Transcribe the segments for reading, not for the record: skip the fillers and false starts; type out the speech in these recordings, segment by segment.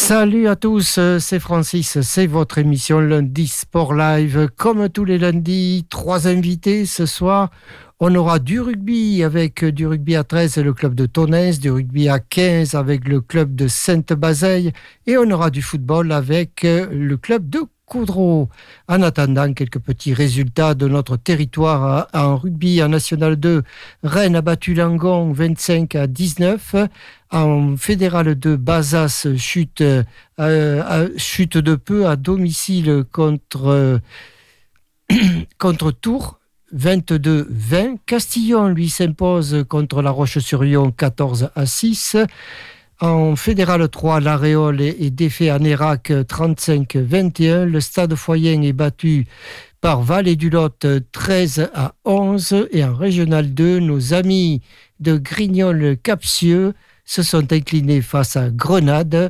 Salut à tous, c'est Francis, c'est votre émission Lundi Sport Live. Comme tous les lundis, 3 invités ce soir. On aura du rugby avec du rugby à 13, le club de Tonnes, du rugby à 15 avec le club de Sainte-Bazeille et on aura du football avec le club de Coudreau. En attendant, quelques petits résultats de notre territoire en rugby en National 2. Rennes a battu Langon 25-19. En Fédéral 2, Bazas chute de peu à domicile contre Tours. 22-20. Castillon, lui, s'impose contre La Roche-sur-Yon 14-6. En Fédéral 3, l'Aréole est défait à Nérac 35-21. Le Stade Foyen est battu par Vallée-du-Lot 13-11. Et en Régional 2, nos amis de Grignol-Capsieux se sont inclinés face à Grenade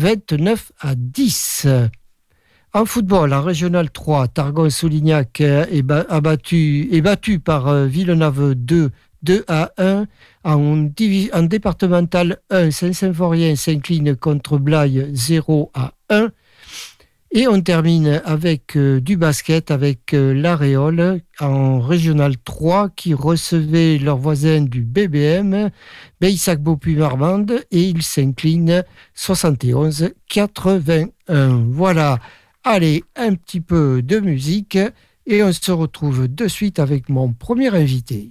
29-10. En football, en Régional 3, Targon-Soulignac est battu par Villeneuve 2-1. En départemental 1, Saint-Symphorien s'incline contre Blaye 0-1. Et on termine avec du basket avec l'Aréole en Régional 3 qui recevait leurs voisins du BBM, Bayssac-Beaupuy-Marmande, et ils s'inclinent 71-81. Voilà. Allez, un petit peu de musique et on se retrouve de suite avec mon premier invité.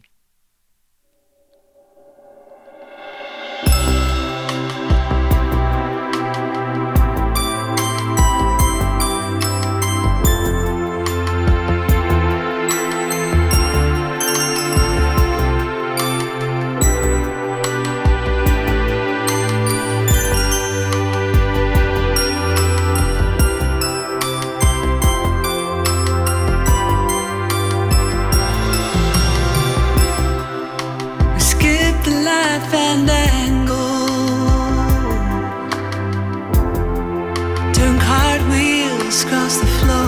Across the floor,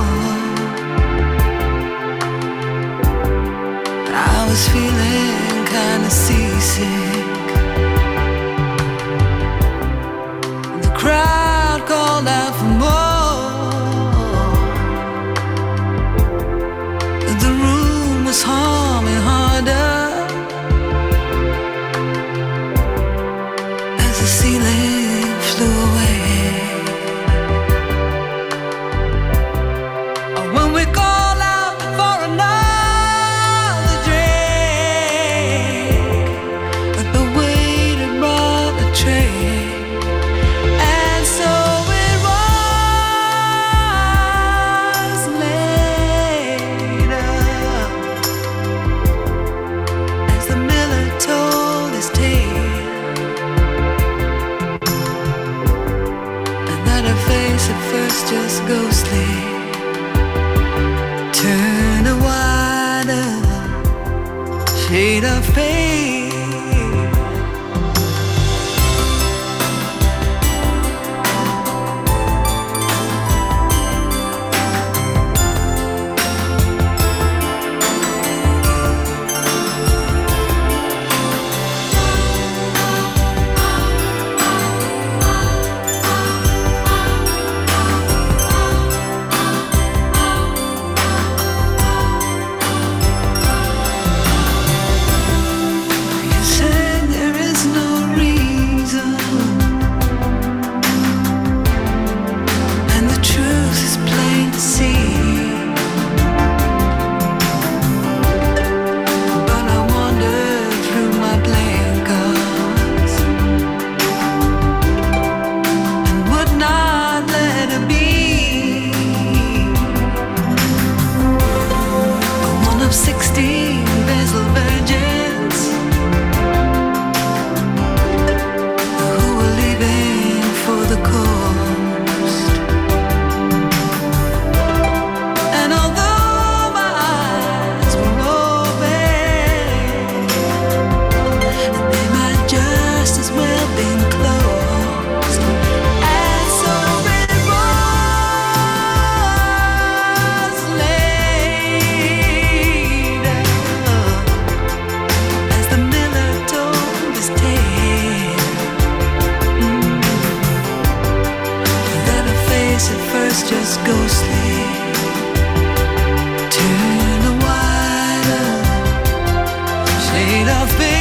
I was feeling kinda seasick. The crowd called out for more. The room was humming harder as the ceiling flew away. Just ghostly, turn a wider shade of pale. go sleep. Turn the wider shade of beige.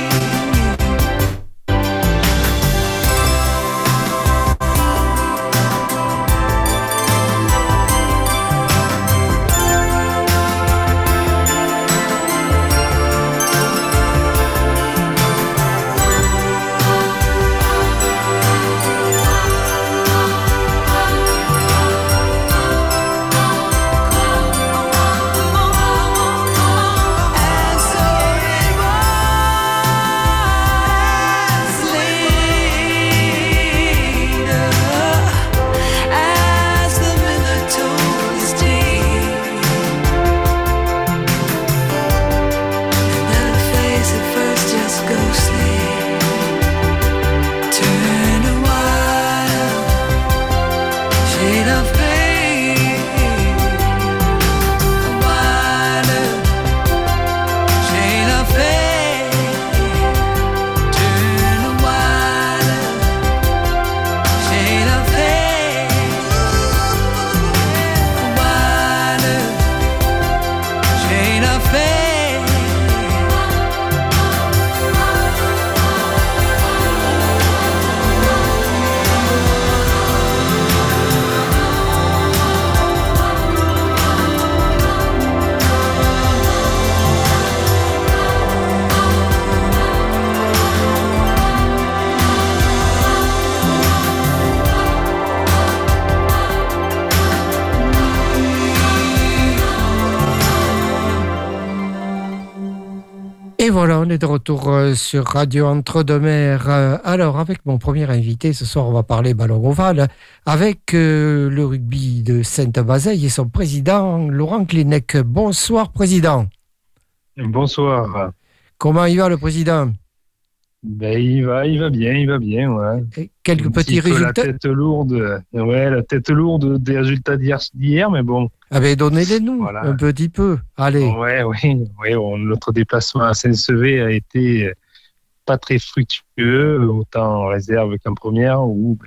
Et voilà, on est de retour sur Radio Entre-deux-Mers. Alors, avec mon premier invité, ce soir, on va parler ballon ovale avec le rugby de Sainte-Bazeille et son président, Laurent Klinec. Bonsoir, président. Bonsoir. Comment il va, le président? Ben, il va bien, ouais. Et quelques petits résultats. La tête lourde des résultats d'hier, mais bon. Ah ben, donnez-les-nous voilà. Un petit peu. Allez. Notre déplacement à Saint-Sevé a été pas très fructueux, autant en réserve qu'en première, où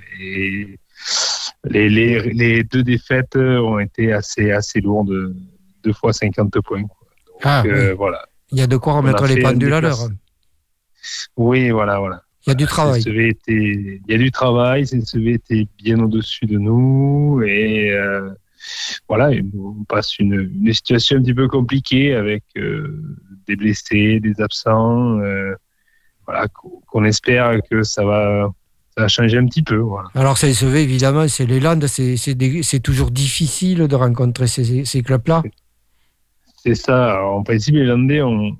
les deux défaites ont été assez lourdes, 2 fois 50 points. Donc, oui. voilà. Il y a de quoi remettre les pendules à l'heure. Oui, voilà. Il y a du travail. Il y a du travail. Saint-Sevé était bien au-dessus de nous et on passe une situation un petit peu compliquée avec des blessés, des absents. Qu'on espère que ça va changer un petit peu. Voilà. Alors Saint-Sevé, évidemment, c'est les Landes. C'est toujours difficile de rencontrer ces clubs-là. C'est ça. Alors, en principe, les Landais ont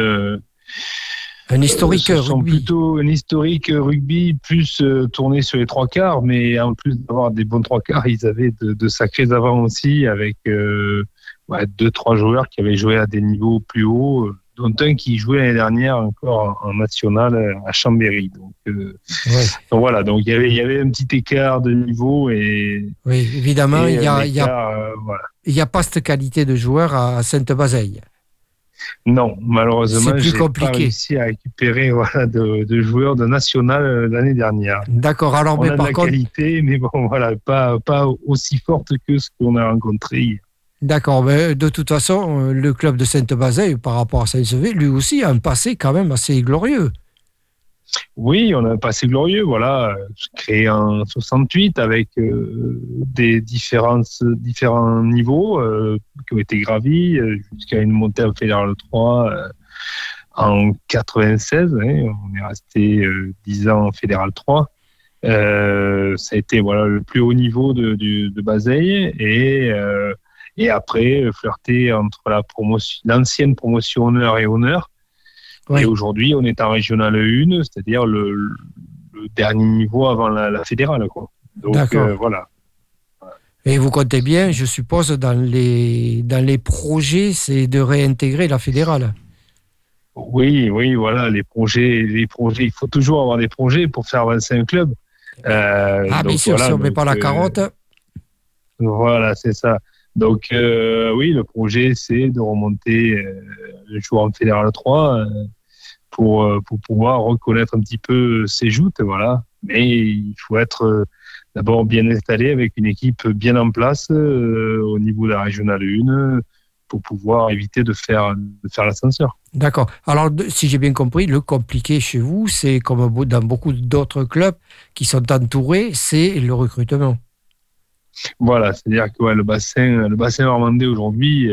un historique rugby. Sont plutôt un historique rugby, plus tourné sur les 3/4, mais en plus d'avoir des bons 3/4, ils avaient de sacrés avants aussi, avec 2-3 joueurs qui avaient joué à des niveaux plus hauts, dont un qui jouait l'année dernière encore en national à Chambéry. Donc voilà, donc il y avait un petit écart de niveau et oui, évidemment, il y a pas cette qualité de joueur à Sainte-Bazeille. Non, malheureusement, c'est plus compliqué. Pas réussi à récupérer de joueurs de national l'année dernière. D'accord. Alors, on a de la qualité, mais bon, voilà, pas aussi forte que ce qu'on a rencontré hier. D'accord, mais de toute façon, le club de Sainte-Bazeille, par rapport à Saint-Sevé, lui aussi a un passé quand même assez glorieux. Oui, on a un passé glorieux, voilà, créé en 68 avec des différents niveaux qui ont été gravis jusqu'à une montée en Fédéral 3 en 96. On est resté 10 ans en Fédéral 3. Ça a été le plus haut niveau de Bazeille et après flirter entre l'ancienne promotion honneur et honneur. Oui. Et aujourd'hui, on est en Régional 1, c'est-à-dire le dernier niveau avant la fédérale, quoi. Donc voilà. Et vous comptez bien, je suppose, dans les projets, c'est de réintégrer la fédérale. Oui, voilà, les projets, il faut toujours avoir des projets pour faire avancer un club. Bien sûr, si on ne met pas la carotte. Voilà, c'est ça. Donc, oui, le projet, c'est de remonter le joueur en Fédéral 3 pour pouvoir reconnaître un petit peu ses joutes, voilà. Mais il faut être d'abord bien installé avec une équipe bien en place au niveau de la régionale 1 pour pouvoir éviter de faire l'ascenseur. D'accord. Alors, si j'ai bien compris, le compliqué chez vous, c'est comme dans beaucoup d'autres clubs qui sont entourés, c'est le recrutement. Voilà, c'est-à-dire que le bassin normandais aujourd'hui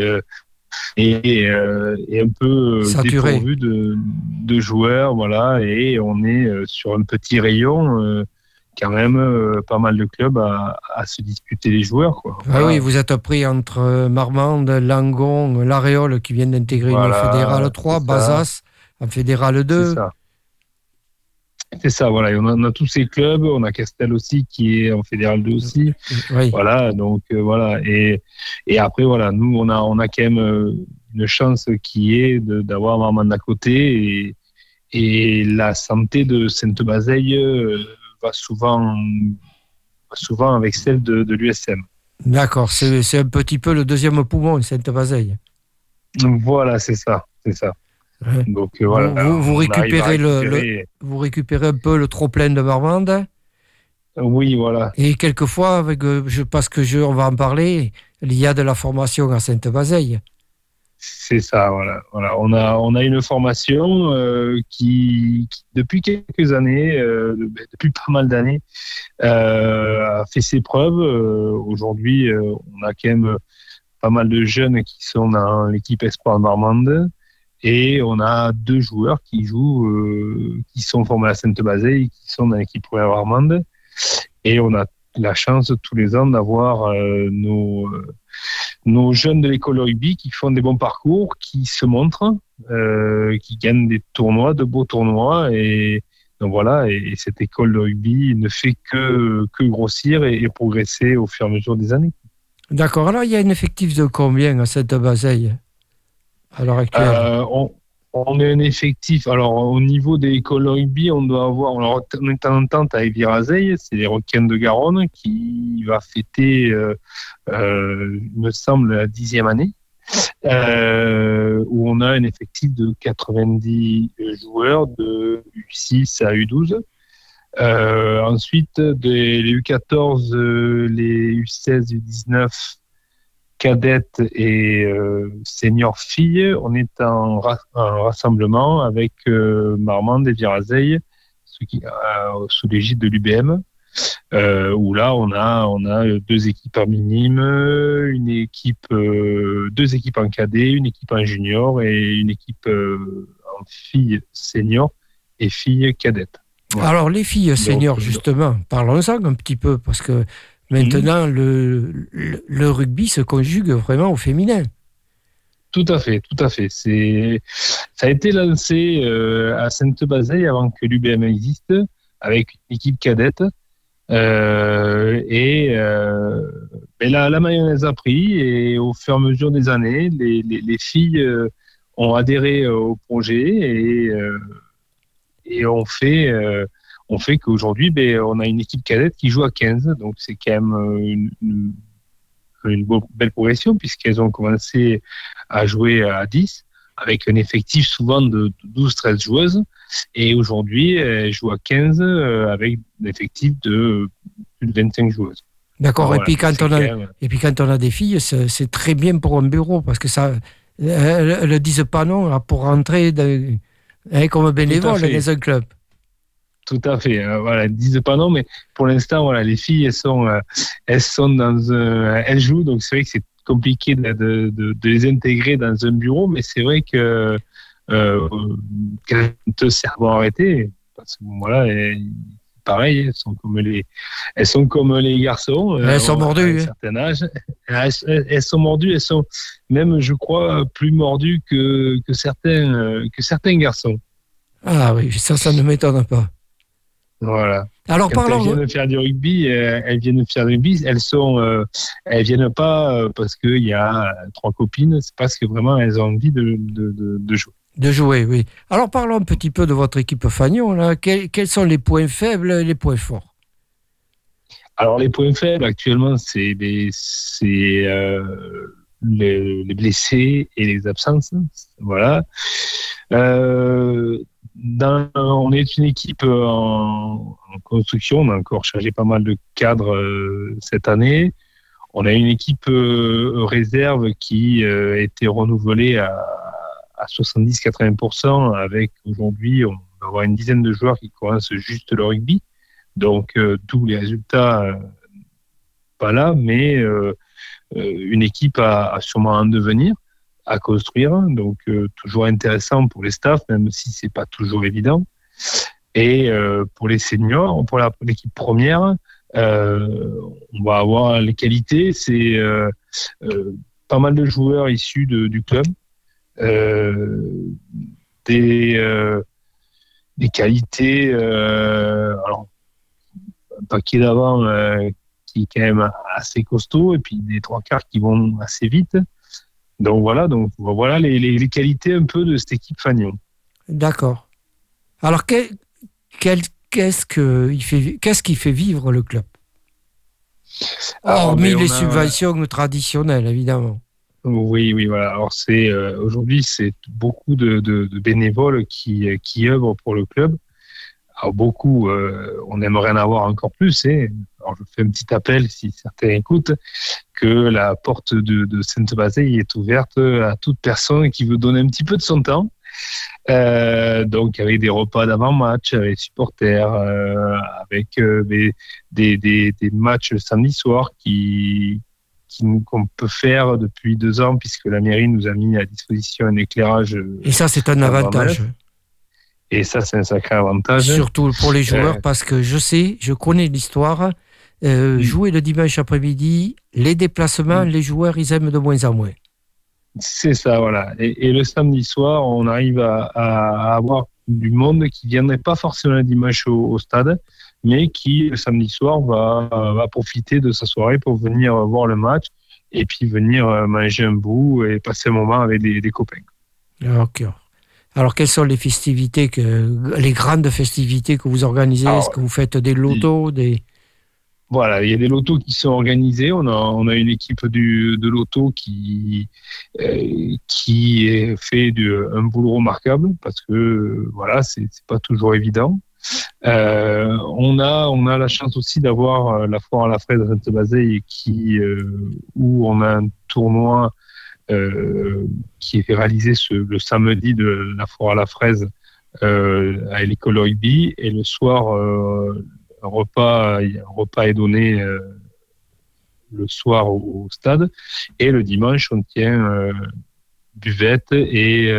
est un peu Saturé. dépourvu de joueurs, voilà, et on est sur un petit rayon, quand même pas mal de clubs à se disputer les joueurs, quoi. Ah oui, Voilà, vous êtes pris entre Marmande, Langon, l'Aréole qui viennent d'intégrer une fédérale 3, c'est ça, Bazas en fédérale c'est 2. ça. C'est ça, voilà. Et on a tous ces clubs, on a Castel aussi qui est en fédéral 2 aussi. Oui. Voilà, donc voilà. Et après, voilà, nous, on a quand même une chance qui est d'avoir Marmande à côté et la santé de Sainte-Bazeille va souvent avec celle de l'USM. D'accord, c'est un petit peu le deuxième poumon, Sainte-Bazeille. Voilà, c'est ça, c'est ça. Ouais. Donc Vous, voilà, vous, vous on arrive à récupérez récupérer. vous récupérez un peu le trop-plein de Marmande Oui, voilà. et quelquefois, parce que on va en parler, il y a de la formation à Sainte-Bazeille. C'est ça, voilà. Voilà. On a une formation qui, depuis quelques années, depuis pas mal d'années, a fait ses preuves. Aujourd'hui, on a quand même pas mal de jeunes qui sont dans l'équipe Espoir Marmande et on a 2 joueurs qui jouent, qui sont formés à Sainte-Bazeille, qui sont dans l'équipe première Marmande. Et on a la chance tous les ans d'avoir nos jeunes de l'école de rugby qui font des bons parcours, qui se montrent, qui gagnent des tournois, de beaux tournois. Et donc voilà, et cette école de rugby ne fait que grossir et progresser au fur et à mesure des années. D'accord, alors il y a un effectif de combien à Sainte-Bazeille à l'heure actuelle? On est un effectif. Alors, au niveau des écoles de rugby, on doit avoir. Alors, on est en entente avec Virazeille, c'est les Requins de Garonne, qui va fêter, il me semble, la 10e année, où on a un effectif de 90 joueurs de U6 à U12. Ensuite, les U14, les U16, U19, cadettes et seniors filles, on est en rassemblement avec Marmande et Virazeille, sous l'égide de l'UBM, où là on a 2 équipes en minime, deux équipes en cadet, une équipe en junior et une équipe en filles seniors et filles cadettes. Voilà. Alors les filles seniors, Donc, justement, parlons-en un petit peu, parce que maintenant le rugby se conjugue vraiment au féminin. Tout à fait, tout à fait. Ça a été lancé à Sainte-Bazeille avant que l'UBM existe, avec une équipe cadette. Mais la mayonnaise a pris et au fur et à mesure des années, les filles ont adhéré au projet et on fait qu'aujourd'hui, on a une équipe cadette qui joue à 15. Donc c'est quand même une belle progression puisqu'elles ont commencé à jouer à 10 avec un effectif souvent de 12-13 joueuses et aujourd'hui elles jouent à 15 avec un effectif de plus de 25 joueuses. D'accord, Voilà, et puis quand on a des filles, c'est très bien pour un bureau parce que ça, elles ne disent pas non là, pour rentrer comme bénévole dans un club. Tout à fait. Voilà, elles disent pas non, mais pour l'instant, voilà, les filles, elles sont elles jouent, donc c'est vrai que c'est compliqué de les intégrer dans un bureau, mais c'est vrai que quand c'est bon arrêté, parce que voilà, pareil, elles sont comme les garçons. Elles sont mordues. À un certain âge, elles sont mordues, elles sont même, je crois, plus mordues que certains garçons. Ah oui, ça ne m'étonne pas. Voilà. Alors Quand parlons. elles viennent faire du rugby, elles viennent pas parce qu'il y a 3 copines, c'est parce que vraiment elles ont envie de jouer. De jouer, oui. Alors parlons un petit peu de votre équipe Fagnon. Là. Quels sont les points faibles et les points forts? Alors les points faibles actuellement, c'est les blessés et les absences. Voilà. on est une équipe en construction. On a encore chargé pas mal de cadres cette année. On a une équipe réserve qui a été renouvelée à 70-80%. Avec aujourd'hui, on va avoir une dizaine de joueurs qui commencent juste le rugby. Donc, tous les résultats, pas là, mais une équipe à sûrement un devenir, à construire. Donc, toujours intéressant pour les staffs, même si c'est pas toujours évident. Et pour les seniors, pour l'équipe première, on va avoir les qualités. C'est pas mal de joueurs issus du club. Des qualités, alors, un paquet d'avant qui est quand même assez costaud, et puis des trois quarts qui vont assez vite. Donc voilà les qualités un peu de cette équipe Fagnon. D'accord. Alors, qu'est-ce qui fait vivre le club? Hormis les subventions traditionnelles, évidemment. Oui, voilà. Alors aujourd'hui, c'est beaucoup de bénévoles qui œuvrent pour le club. Alors beaucoup, on aimerait en avoir encore plus. Alors je fais un petit appel, si certains écoutent, que la porte de Sainte-Bazeille est ouverte à toute personne qui veut donner un petit peu de son temps. Donc avec des repas d'avant-match, avec les supporters, avec des matchs le samedi soir qu'on peut faire depuis 2 ans, puisque la mairie nous a mis à disposition un éclairage. Et ça, c'est un avantage. Et ça, c'est un sacré avantage. Surtout pour les joueurs, parce que je connais l'histoire. Jouer le dimanche après-midi, les déplacements, les joueurs, ils aiment de moins en moins. C'est ça, voilà. Et le samedi soir, on arrive à avoir du monde qui ne viendrait pas forcément le dimanche au stade, mais qui, le samedi soir, va profiter de sa soirée pour venir voir le match et puis venir manger un bout et passer un moment avec des copains. Ok. Alors, quelles sont les festivités, les grandes festivités que vous organisez? Est-ce que vous faites des lotos, Voilà, il y a des lotos qui sont organisés. On a une équipe de loto qui fait un boulot remarquable, parce que voilà, c'est pas toujours évident. On a la chance aussi d'avoir la foire à la fraise à Sainte-Bazeille où on a un tournoi qui est réalisé le samedi de la foire à la fraise à l'école rugby, et le soir un repas est donné le soir au stade, et le dimanche on tient buvette et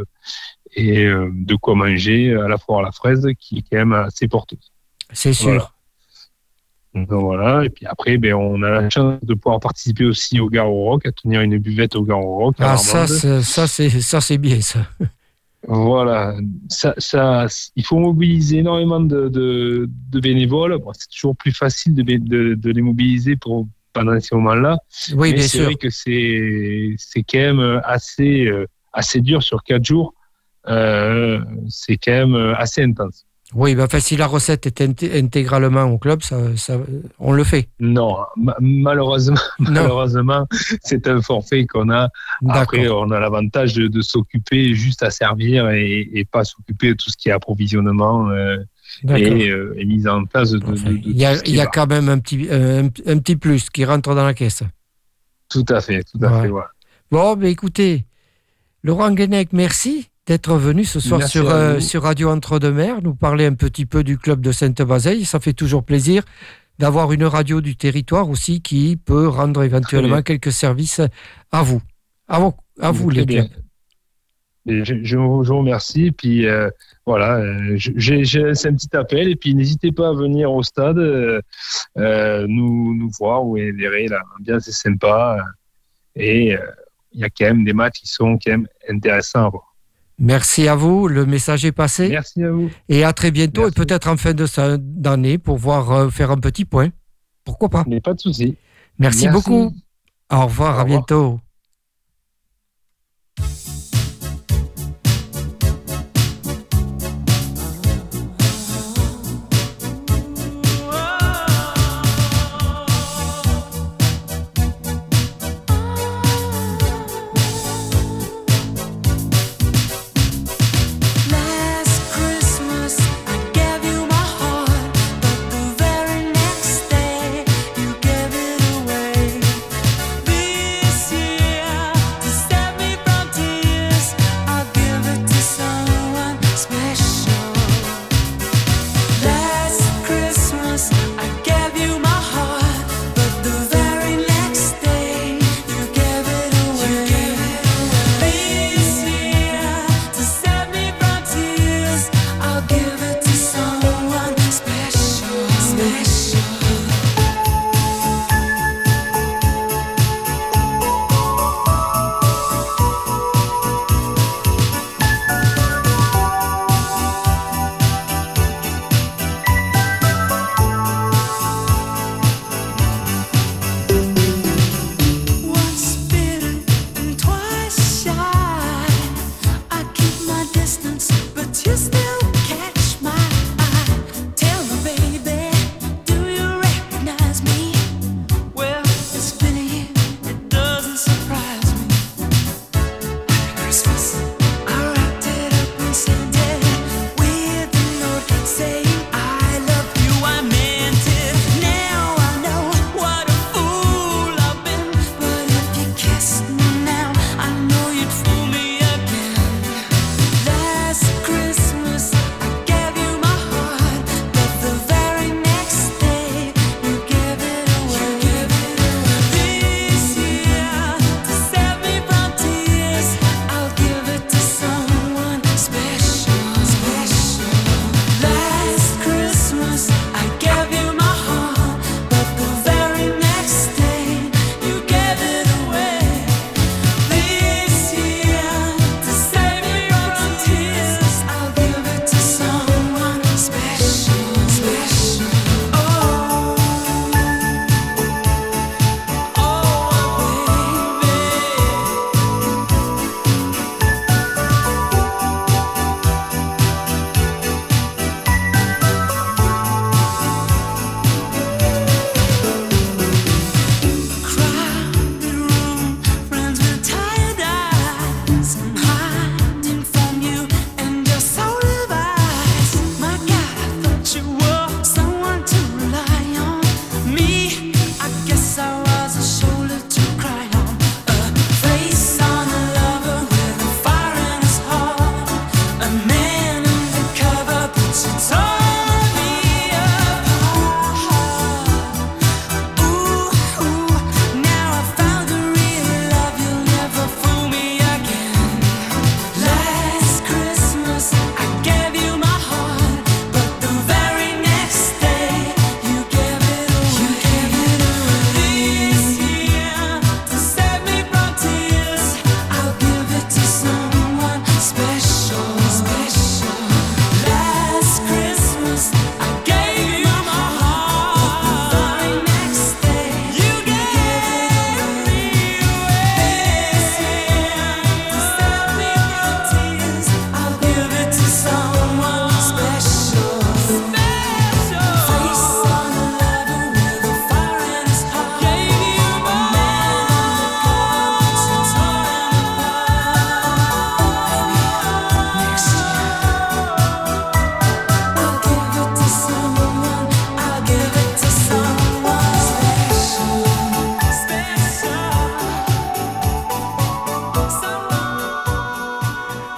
de quoi manger à la foire à la fraise, qui est quand même assez porteuse. C'est sûr. Voilà. Donc voilà, et puis après, on a la chance de pouvoir participer aussi au Gare au Roc, à tenir une buvette au Gare au Roc. Ah, ça c'est bien, ça. Voilà, ça, il faut mobiliser énormément de bénévoles. Bon, c'est toujours plus facile de les mobiliser pendant ces moments-là. Oui, mais bien c'est sûr. vrai que c'est quand même assez dur sur 4 jours. C'est quand même assez intense. Oui, si la recette est intégralement au club, ça, on le fait. Non, malheureusement, c'est un forfait qu'on a. D'accord. Après, on a l'avantage de s'occuper juste à servir et pas s'occuper de tout ce qui est approvisionnement et mise en place de il y a quand même un petit plus qui rentre dans la caisse. Tout à fait, ouais. Bon, écoutez, Laurent Guenec, merci d'être venu ce soir sur Radio Entre-deux-Mers, nous parler un petit peu du club de Sainte-Bazeille. Ça fait toujours plaisir d'avoir une radio du territoire aussi qui peut rendre éventuellement quelques services à vous. À vous, les clubs. Je vous remercie. Puis voilà, j'ai laissé un petit appel, et puis n'hésitez pas à venir au stade, nous voir. Vous verrez, l'ambiance est sympa, et il y a quand même des matchs qui sont quand même intéressants à voir. Merci à vous, le message est passé. Merci à vous. Et à très bientôt. Merci. Et peut-être en fin d'année pour faire un petit point. Pourquoi pas? Mais pas de souci. Merci beaucoup. Au revoir, à bientôt. Last Christmas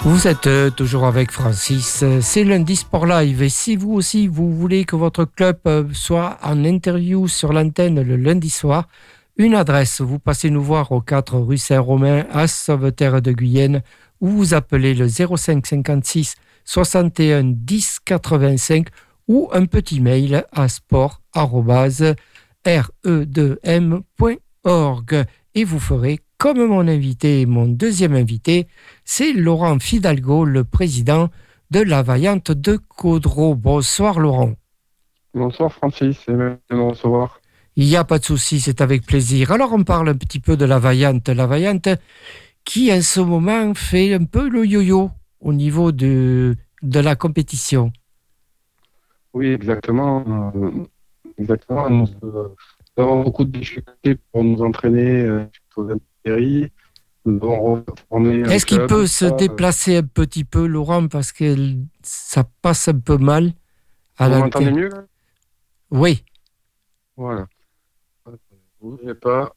Vous êtes toujours avec Francis, c'est Lundi Sport Live et si vous aussi vous voulez que votre club soit en interview sur l'antenne le lundi soir, une adresse, vous passez nous voir au 4 rue Saint-Romain à Sauveterre de Guyenne ou vous appelez le 05 56 61 10 85 ou un petit mail à sport@re2m.org et vous ferez comme mon invité, mon deuxième invité, c'est Laurent Fidalgo, le président de la Vaillante de Caudreau. Bonsoir Laurent. Bonsoir Francis, c'est bien de me recevoir. Il n'y a pas de souci, c'est avec plaisir. Alors on parle un petit peu de la Vaillante. La Vaillante qui en ce moment fait un peu le yo-yo au niveau de la compétition. Oui, exactement. Exactement. Nous avons beaucoup de difficultés pour nous entraîner aux intempéries. Nous avons reformé un Est-ce qu'il club, peut se déplacer un petit peu, Laurent, parce que ça passe un peu mal à Vous la m'entendez tête. mieux là? Oui, Voilà. Vous ne pas.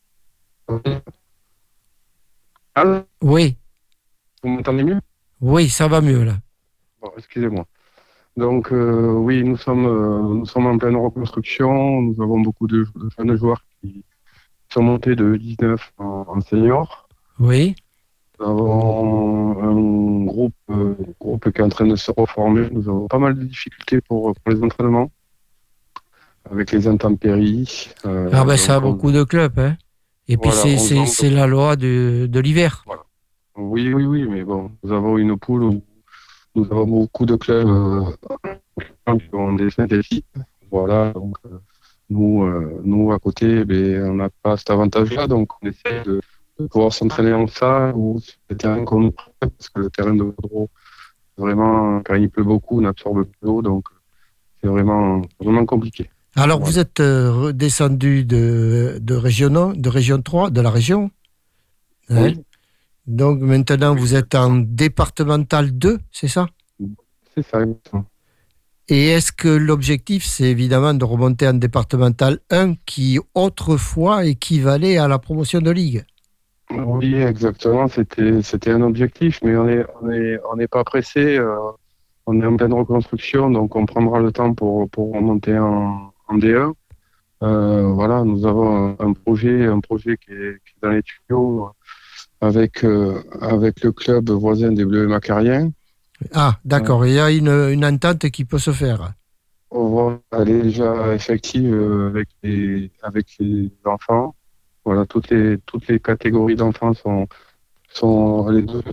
Ah, oui, vous m'entendez mieux? oui, ça va mieux là. Bon, excusez-moi. Donc oui, nous sommes en pleine reconstruction. Nous avons beaucoup de jeunes joueurs qui sont montés de 19 en senior. Oui. Nous avons un groupe qui est en train de se reformer. Nous avons pas mal de difficultés pour les entraînements, avec les intempéries. Ah ben ça a donc, beaucoup de clubs, hein. Et puis voilà, c'est la loi de l'hiver. oui, mais bon, nous avons une poule où nous avons beaucoup de clubs qui ont des synthétiques. Voilà, donc nous à côté, on n'a pas cet avantage-là, donc on essaie de pouvoir s'entraîner en salle ou sur des terrains qu'on nous prête, parce que le terrain de Caudreau, vraiment, quand il pleut beaucoup, on absorbe plus d'eau, donc c'est vraiment compliqué. Alors Voilà. vous êtes redescendu de région 3, de la région. Hein. Oui. Donc maintenant Oui, vous êtes en départemental 2, c'est ça? C'est ça, exactement. Et est-ce que l'objectif c'est évidemment de remonter en départemental 1 qui autrefois équivalait à la promotion de ligue? Oui, exactement. C'était un objectif, mais on n'est pas pressé. On est en pleine reconstruction, donc on prendra le temps pour remonter en D1. Voilà, nous avons un projet qui est dans les tuyaux avec le club voisin des Bleus Macariens. Ah, d'accord, il y a une entente qui peut se faire. Elle est déjà effective avec les enfants. Voilà, toutes les catégories d'enfants sont les deux.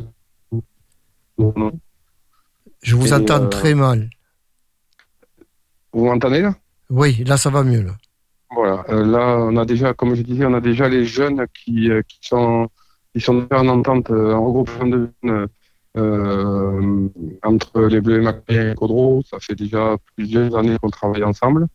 Je vous entends très mal. Vous m'entendez là? Oui, là ça va mieux. Là. Voilà. Là, on a déjà, comme je disais, on a déjà les jeunes qui sont déjà en entente, en regroupement de jeunes entre les Bleus et Macariens et Caudreau. Ça fait déjà plusieurs années qu'on travaille ensemble.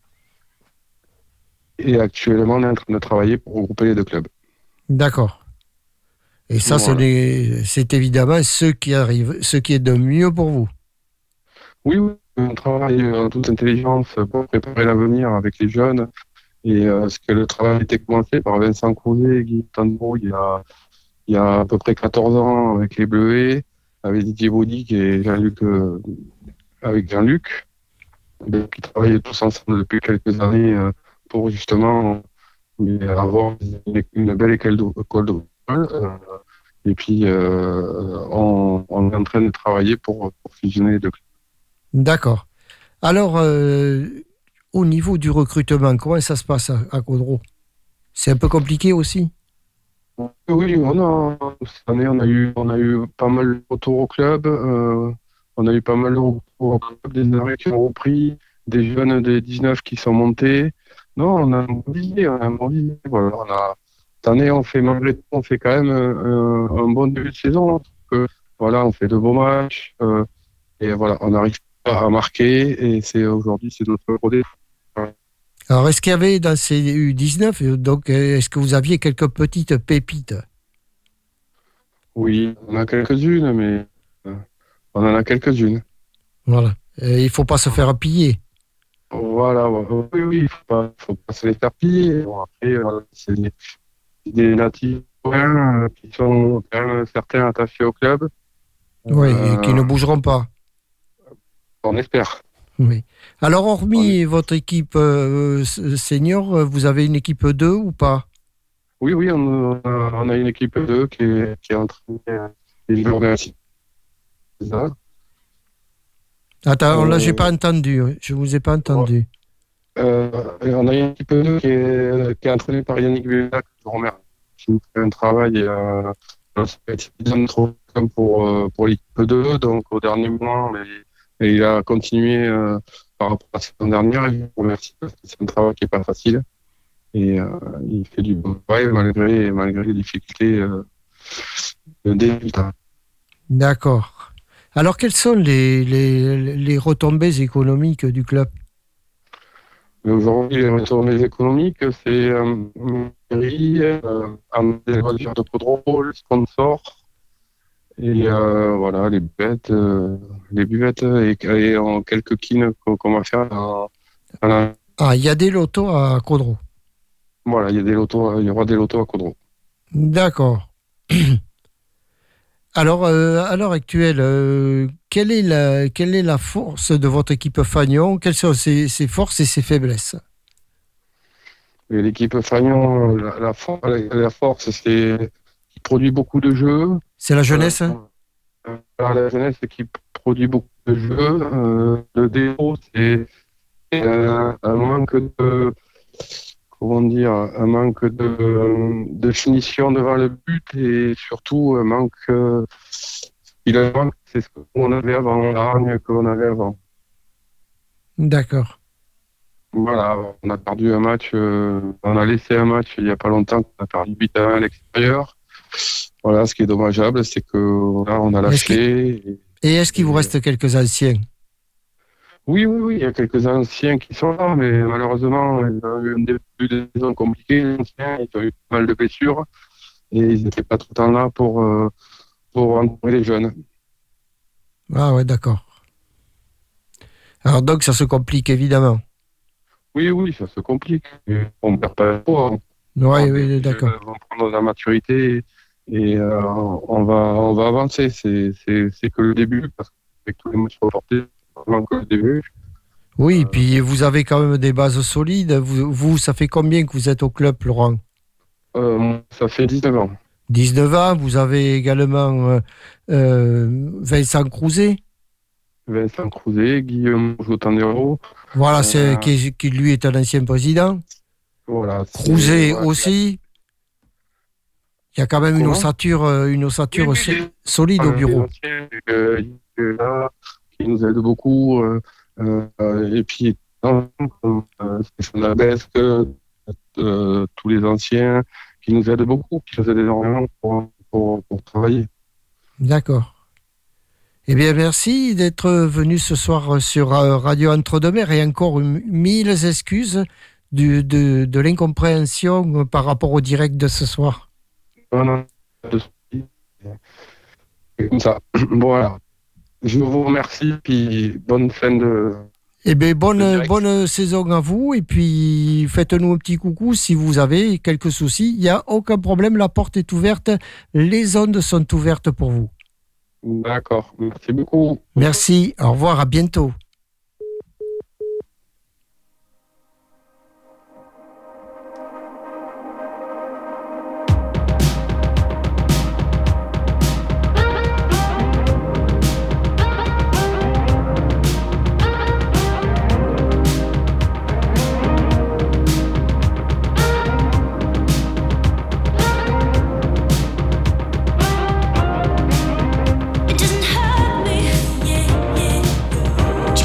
Et actuellement, on est en train de travailler pour regrouper les deux clubs. D'accord. Et ça, Voilà. c'est évidemment ce qui est de mieux pour vous. Oui, on travaille en toute intelligence pour préparer l'avenir avec les jeunes. Et ce que le travail a été commencé par Vincent Crozet et Guy Tandro il y a à peu près 14 ans avec les Bleuets, avec Didier Baudic et avec Jean-Luc, qui travaillaient tous ensemble depuis quelques années pour justement avoir une belle école de football. Et puis, on est en train de travailler pour fusionner les deux clubs. D'accord. Alors, au niveau du recrutement, comment ça se passe à Caudreau? C'est un peu compliqué aussi? Oui, cette année, on a eu pas mal de retours au club. On a eu pas mal de retours au club, des arrêts qui ont repris, des jeunes des 19 qui sont montés. Non, on a un bon vivier, Voilà, cette année, malgré tout, on fait quand même un bon début de saison. Voilà, on fait de beaux matchs. Et voilà, on arrive pas à marquer. Et aujourd'hui, c'est notre gros défaut. Alors, est-ce qu'il y avait dans ces U19, donc, est-ce que vous aviez quelques petites pépites? Oui, on a quelques-unes, mais on en a quelques-unes. Voilà. Il ne faut pas se faire piller. Voilà, oui, il faut pas se les faire piller. Bon, après, c'est des natifs qui sont quand même certains attachés au club. Oui, et qui ne bougeront pas. On espère. Oui. Alors, hormis votre équipe senior, vous avez une équipe 2 ou pas? Oui, on a une équipe 2 qui est entraînée et je le remercie. C'est ça. Attends, là, j'ai pas entendu. Je vous ai pas entendu. On a une équipe 2 qui est entraînée par Yannick Villa, que je remercie, qui fait un travail trop comme pour l'équipe 2. Donc, au dernier moment, il a continué par rapport à la saison dernière. Et je vous remercie parce que c'est un travail qui n'est pas facile. Et il fait du bon travail malgré les difficultés des résultats. D'accord. Alors, quelles sont les retombées économiques du club? Mais aujourd'hui, les retombées économiques, c'est mairie, des loisirs de Caudrot, les sponsors, et voilà, les buvettes et en quelques kines qu'on va faire. Ah, il y a des lotos à Caudrot. Voilà, il y aura des lotos à Caudrot. D'accord. Alors, à l'heure actuelle, quelle est la force de votre équipe Fagnon? Quelles sont ses forces et ses faiblesses? Et l'équipe Fagnon, la force, c'est qu'il produit beaucoup de jeux. C'est la jeunesse? La jeunesse qui produit beaucoup de jeux. Le défaut, c'est un manque de, un manque de finition devant le but et surtout un manque, c'est ce qu'on avait avant, la hargne qu'on avait avant. D'accord. Voilà, on a perdu un match, on a laissé un match il n'y a pas longtemps, on a perdu 8-1 à l'extérieur. Voilà, ce qui est dommageable, c'est que là, on a lâché. Et est-ce qu'il vous reste quelques anciens? Oui, il y a quelques anciens qui sont là, mais malheureusement, ils ont eu un début de saison compliqué, les anciens, ils ont eu pas mal de blessures, et ils n'étaient pas tout le temps là pour entourer les jeunes. Ah ouais, d'accord. Alors donc, ça se complique, évidemment. Oui, ça se complique. On ne perd pas le poids. Oui, d'accord. On va prendre de la maturité et on va avancer. C'est que le début, parce qu'avec tous les matchs reportés, c'est vraiment que le début. Oui, puis vous avez quand même des bases solides. Vous, ça fait combien que vous êtes au club, Laurent? Ça fait 19 ans. 19 ans, vous avez également Vincent Crouzet. Vincent Crouzet, Guillaume Jotandero. Voilà, qui lui est un ancien président. Voilà. Crouzet aussi. Il y a quand même une ossature solide au bureau. Qui nous aide beaucoup. Et puis, Stéphane Labesque, tous les anciens qui nous aident beaucoup, qui nous aident énormément pour travailler. D'accord. Eh bien, merci d'être venu ce soir sur Radio Entre-deux-Mers et encore mille excuses de l'incompréhension par rapport au direct de ce soir. Non, c'est comme ça. Voilà. Je vous remercie, puis bonne fin de... Eh bien, bonne saison à vous, et puis faites-nous un petit coucou si vous avez quelques soucis. Il n'y a aucun problème, la porte est ouverte, les ondes sont ouvertes pour vous. D'accord, merci beaucoup. Merci, au revoir, à bientôt. It doesn't hurt me, yeah.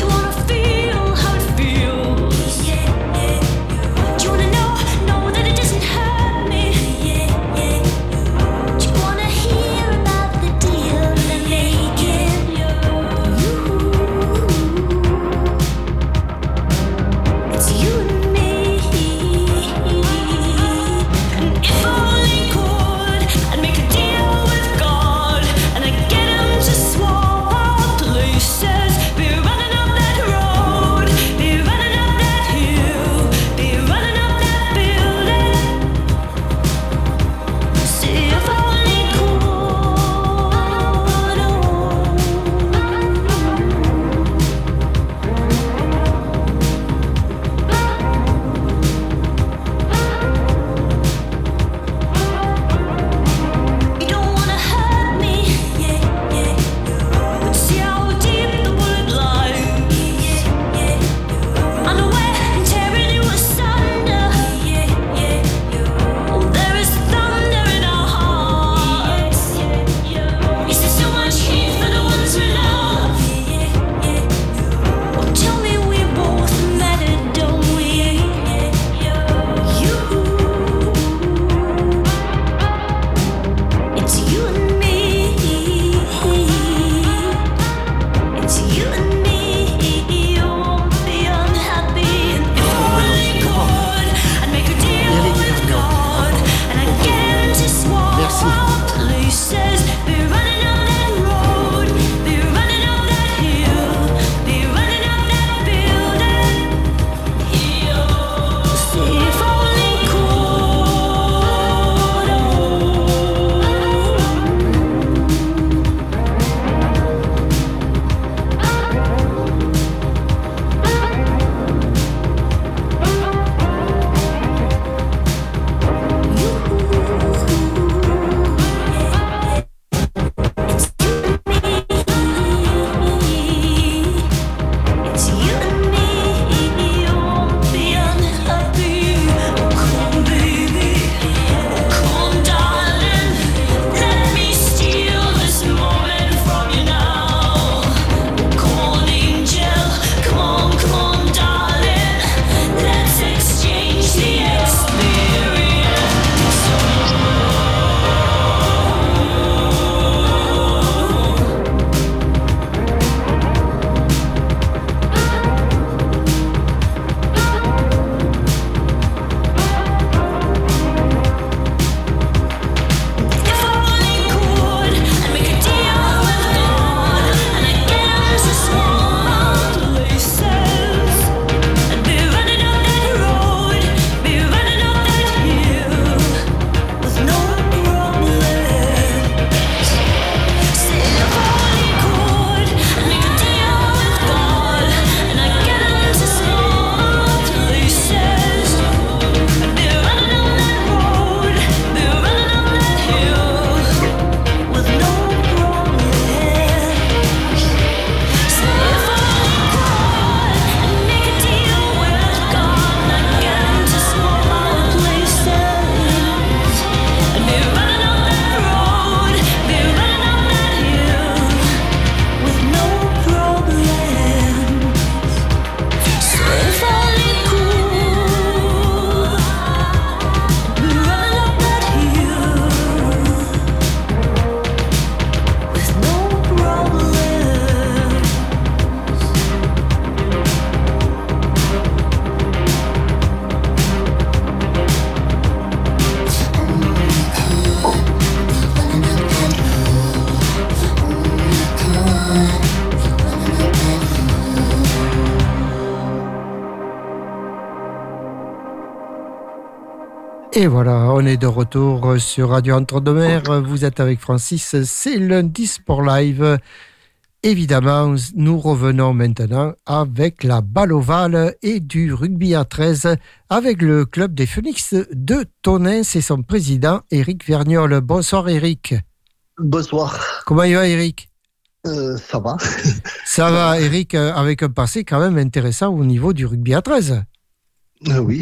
Et voilà, on est de retour sur Radio Entre-deux-Mers. Vous êtes avec Francis, c'est lundi Sport Live. Évidemment, nous revenons maintenant avec la balle ovale et du rugby à 13 avec le club des Phoenix de Tonneins et son président Éric Vergnol. Bonsoir Éric. Bonsoir. Comment il va Éric ? Ça va. Ça va Éric, avec un passé quand même intéressant au niveau du rugby à 13. Oui.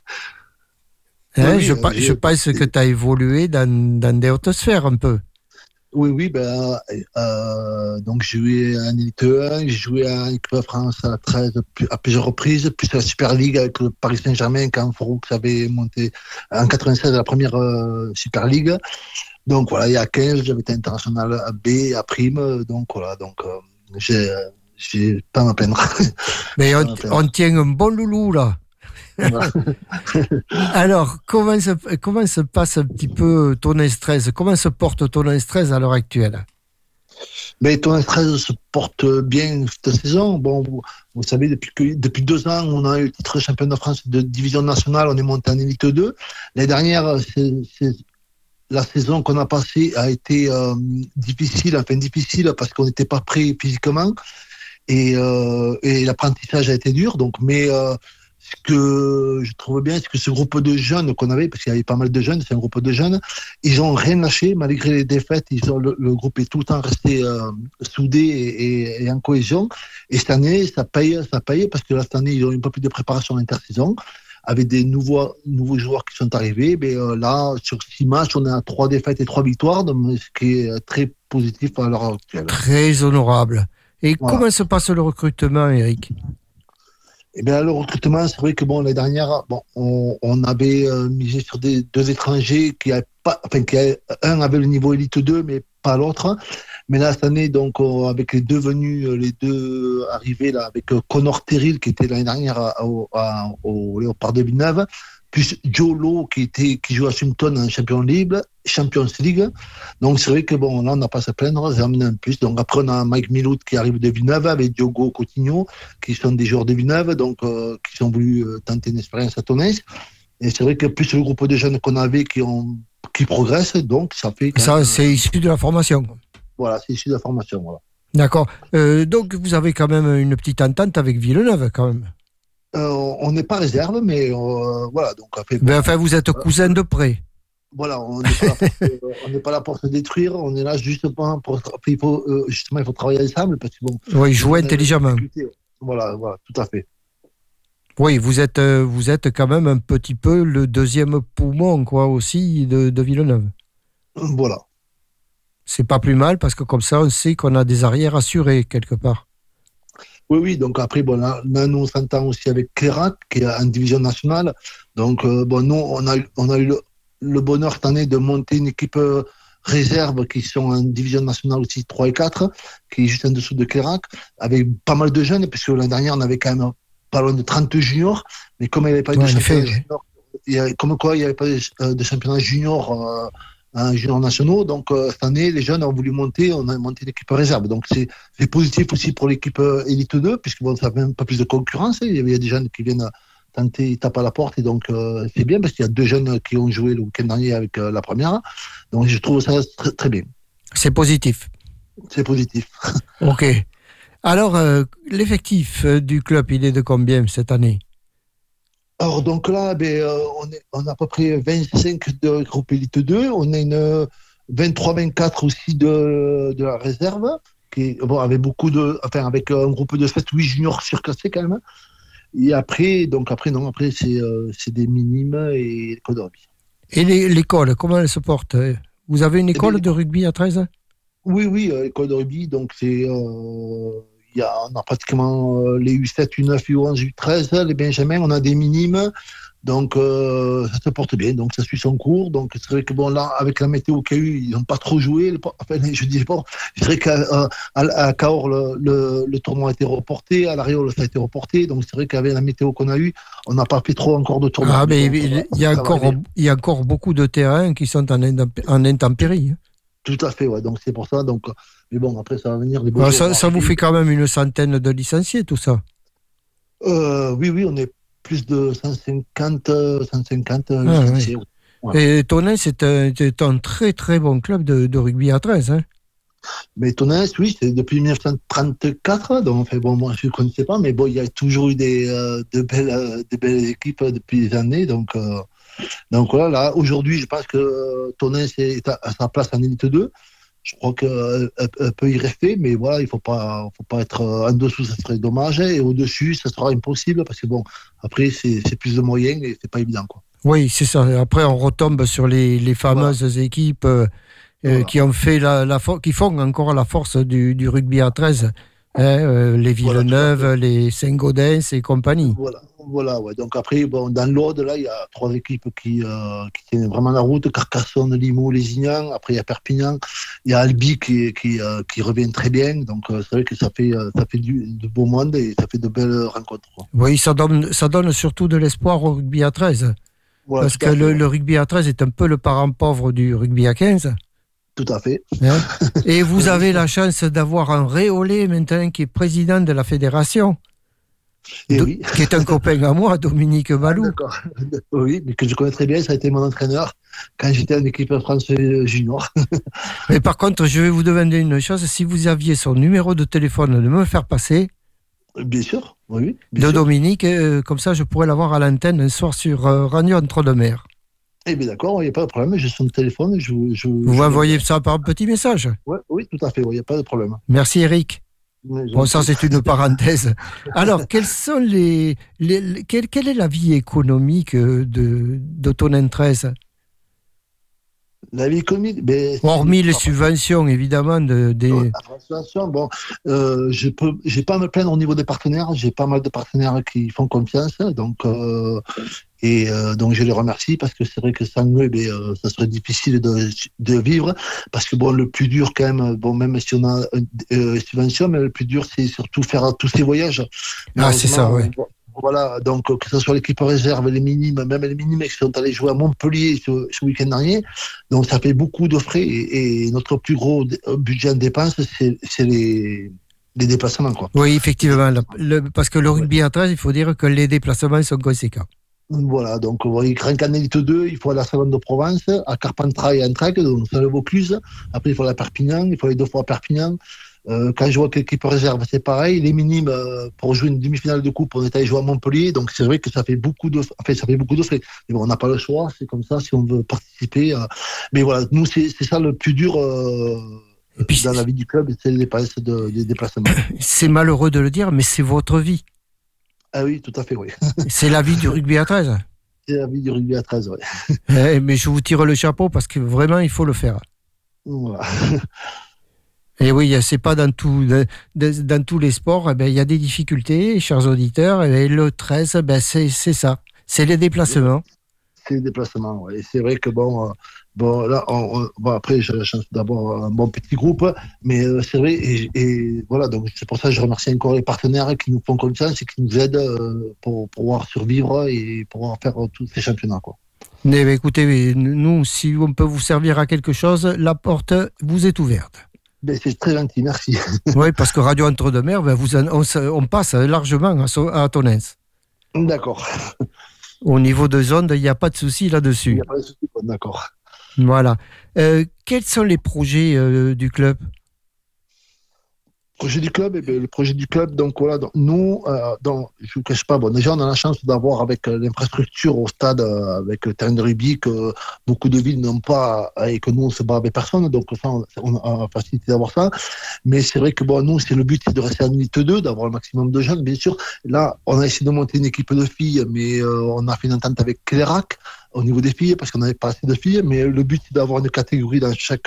Hein, Oui, je pense que tu as évolué dans des hautes sphères un peu. Oui, donc j'ai joué en Elite 1, j'ai joué en équipe de France à 13 à plusieurs reprises, puis à la Super League avec le Paris Saint-Germain quand Foroux avait monté en 96 la première Super League. Donc voilà, il y a 15, j'avais été international à B, à prime, donc voilà, j'ai pas à me plaindre. Mais on tient un bon loulou là. Voilà. Alors, comment se passe un petit peu Tonneins 13 ? Comment se porte Tonneins 13 à l'heure actuelle ? Mais Tonneins 13 se porte bien cette saison. Bon, vous savez, depuis 2 ans, on a eu le titre de champion de France de division nationale, on est monté en Elite 2. L'année dernière, la saison qu'on a passée a été difficile parce qu'on n'était pas prêt physiquement et l'apprentissage a été dur. Donc, ce que je trouve bien, c'est que ce groupe de jeunes qu'on avait, parce qu'il y avait pas mal de jeunes, c'est un groupe de jeunes, ils n'ont rien lâché malgré les défaites. Le groupe est tout le temps resté soudé et en cohésion. Et cette année, ça paye parce que cette année, ils ont eu un peu plus de préparation intersaison avec des nouveaux joueurs qui sont arrivés. Mais là, sur 6 matchs, on est à 3 défaites et 3 victoires, donc, ce qui est très positif à l'heure actuelle. Très honorable. Et voilà. Comment se passe le recrutement, Éric ? Eh bien, le recrutement, c'est vrai que l'année dernière, on avait misé sur 2 étrangers un avait le niveau Elite 2, mais pas l'autre. Mais là, cette année, donc, avec les 2 venus, les 2 arrivés, là, avec Connor Terrell, qui était l'année dernière au Léopard de Villeneuve, plus Joe Lowe, qui joue à Sumpton en Champions League. Donc, c'est vrai que là, on n'a pas à se plaindre, j'ai amené un plus. Donc, après, on a Mike Miloud qui arrive de Villeneuve avec Diogo Coutinho, qui sont des joueurs de Villeneuve, donc, qui ont voulu tenter une expérience à Tonneins. Et c'est vrai que plus le groupe de jeunes qu'on avait qui progressent, donc, ça fait. Ça, c'est issu de la formation. Voilà, c'est issu de la formation, voilà. D'accord. Donc, vous avez quand même une petite entente avec Villeneuve, quand même. On n'est pas réserve, mais voilà. Donc, vous êtes cousins de près. Voilà, on n'est pas là pour se détruire, on est là justement il faut travailler ensemble. Parce que, oui, jouer intelligemment. Voilà, tout à fait. Oui, vous êtes quand même un petit peu le deuxième poumon, quoi, aussi, de Villeneuve. Voilà. C'est pas plus mal, parce que comme ça, on sait qu'on a des arrières assurés, quelque part. Oui, donc après, là, nous, on s'entend aussi avec Clérac, qui est en division nationale. Donc, nous, on a eu le bonheur cette année de monter une équipe réserve qui sont en division nationale aussi 3 et 4, qui est juste en dessous de Clérac, avec pas mal de jeunes, parce que l'année dernière, on avait quand même pas loin de 30 juniors, mais comme il n'y avait pas eu de championnat junior, il n'y avait pas de championnat junior juniors nationaux, donc cette année, les jeunes ont voulu on a monté l'équipe réserve. Donc c'est positif aussi pour l'équipe Elite 2, puisque ça fait un peu plus de concurrence, il y a des jeunes qui viennent tenter, ils tapent à la porte, et donc c'est bien, parce qu'il y a 2 jeunes qui ont joué le week-end dernier avec la première, donc je trouve ça très, très bien. C'est positif. C'est positif. Ok. Alors, l'effectif du club, il est de combien cette année ? Alors, donc là, on a à peu près 25 de groupe Elite 2, on a une 23-24 aussi de la réserve, qui avec avec un groupe de 7-8 juniors surclassés quand même. Et après c'est des minimes et l'école de rugby. Et l'école, comment elle se porte ? Vous avez une école de rugby à 13 ? Oui, école de rugby, donc c'est... on a pratiquement les U7, U9, U11, U13, les Benjamins, on a des minimes, donc ça se porte bien, donc ça suit son cours. Donc c'est vrai que là, avec la météo qu'il y a eu, ils n'ont pas trop joué. Je dis pas, c'est vrai qu'à Cahors, le tournoi a été reporté, à La Réole, ça a été reporté, donc c'est vrai qu'avec la météo qu'on a eue, on n'a pas fait trop encore de tournoi. Ah, mais il y a encore beaucoup de terrains qui sont en intempérie. Tout à fait, ouais. Donc c'est pour ça. Donc, mais bon, après ça va venir. Ça vous fait quand même une centaine de licenciés, tout ça. Oui, on est plus de 150 licenciés. Et Tonnes, c'est un très très bon club de rugby à 13. Hein. Mais Tonnes, oui, c'est depuis 1934, donc enfin, bon, moi je ne connaissais pas, mais bon, il y a toujours eu de belles équipes depuis des années, donc voilà, là, aujourd'hui, je pense que Tonnes est à sa place en Elite 2. Je crois qu'elle peut y rester, mais voilà, il faut pas être en dessous, ça serait dommage, et au-dessus, ça sera impossible, parce que bon, après, c'est plus de moyens et c'est pas évident, quoi. Oui, c'est ça. Après, on retombe sur les fameuses équipes qui ont fait qui font encore la force du rugby à 13. Hein, les Villeneuve, les Saint-Gaudens et compagnie. Voilà, ouais. Donc après, bon, dans l'Aude, là, il y a 3 équipes qui tiennent vraiment la route. Carcassonne, Limoux, Lézignan. Après, il y a Perpignan. Il y a Albi qui revient très bien. Donc, c'est vrai que ça fait de beau monde et ça fait de belles rencontres, quoi. Oui, ça donne surtout de l'espoir au rugby à 13. Voilà, parce que le rugby à 13 est un peu le parent pauvre du rugby à 15. Tout à fait. Hein. Et vous avez la chance d'avoir un Réolais maintenant qui est président de la fédération. Oui. Qui est un copain à moi, Dominique Balou. D'accord. Oui, mais que je connais très bien, ça a été mon entraîneur quand j'étais en équipe France junior. Mais par contre, je vais vous demander une chose, si vous aviez son numéro de téléphone, de me faire passer. Bien sûr, oui. Bien sûr. Dominique, comme ça je pourrais l'avoir à l'antenne un soir sur Radio Entre-deux-Mers. Eh bien d'accord, il n'y a pas de problème, j'ai son téléphone. Vous m'envoyez ça par un petit message. Oui, tout à fait, il n'y a pas de problème. Merci Eric. Bon, ça c'est une parenthèse. Alors, quelles sont quelle est la vie économique de Tonnes 13 ? La vie économique, hormis les subventions, évidemment. La subvention, bon, j'ai pas à me plaindre au niveau des partenaires. J'ai pas mal de partenaires qui font confiance, donc je les remercie parce que c'est vrai que sans eux, ça serait difficile de vivre. Parce que bon, le plus dur quand même, bon, même si on a subvention, mais le plus dur c'est surtout faire tous ces voyages. C'est ça, oui. Voilà, donc que ce soit l'équipe réserve, les minimes, même les minimes qui sont allés jouer à Montpellier ce week-end dernier, donc ça fait beaucoup de frais et notre plus gros budget en dépenses, c'est les déplacements, quoi. Oui, effectivement, parce que le rugby à 13, il faut dire que les déplacements sont conséquents. Voilà, donc vous voyez, rien qu'en Elite 2, il faut aller à Salon de Provence, à Carpentras et à Entraigues, donc c'est le Vaucluse. Après, il faut aller à Perpignan, il faut aller 2 fois à Perpignan. Quand je vois que l'équipe réserve, c'est pareil. Les minimes, pour jouer une demi-finale de coupe, on est allé jouer à Montpellier, donc c'est vrai que ça fait beaucoup de frais. Mais bon, on n'a pas le choix, c'est comme ça, si on veut participer. Mais voilà, nous, c'est ça le plus dur dans la vie du club, c'est les dépenses des déplacements. C'est malheureux de le dire, mais c'est votre vie. Ah oui, tout à fait, oui. C'est la vie du rugby à 13. C'est la vie du rugby à 13, oui. Mais je vous tire le chapeau parce que vraiment, il faut le faire. Voilà. Et oui, c'est pas dans tous les sports, il y a des difficultés, chers auditeurs, et le 13, c'est ça, c'est les déplacements. C'est les déplacements, oui. Et c'est vrai que là, après, j'ai la chance d'avoir un bon petit groupe, mais c'est vrai, et voilà, donc c'est pour ça que je remercie encore les partenaires qui nous font confiance et qui nous aident pour pouvoir survivre et pouvoir faire tous ces championnats, quoi. Mais écoutez, nous, si on peut vous servir à quelque chose, la porte vous est ouverte. C'est très gentil, merci. Oui, parce que Radio Entre-deux-Mers, on passe largement à Tonnes. D'accord. Au niveau de ondes, il n'y a pas de souci là-dessus. Il n'y a pas de souci, d'accord. Voilà. Quels sont les projets du club ? Le projet du club, donc voilà, donc nous, je ne vous cache pas, déjà on a la chance d'avoir avec l'infrastructure au stade, avec le terrain de rugby que beaucoup de villes n'ont pas et que nous on se bat avec personne, donc ça, on a la facilité d'avoir ça. Mais c'est vrai que nous, c'est le but, c'est de rester en Elite 2, d'avoir le maximum de jeunes, bien sûr. Là, on a essayé de monter une équipe de filles, mais on a fait une entente avec Clérac au niveau des filles, parce qu'on n'avait pas assez de filles, mais le but c'est d'avoir une catégorie dans chaque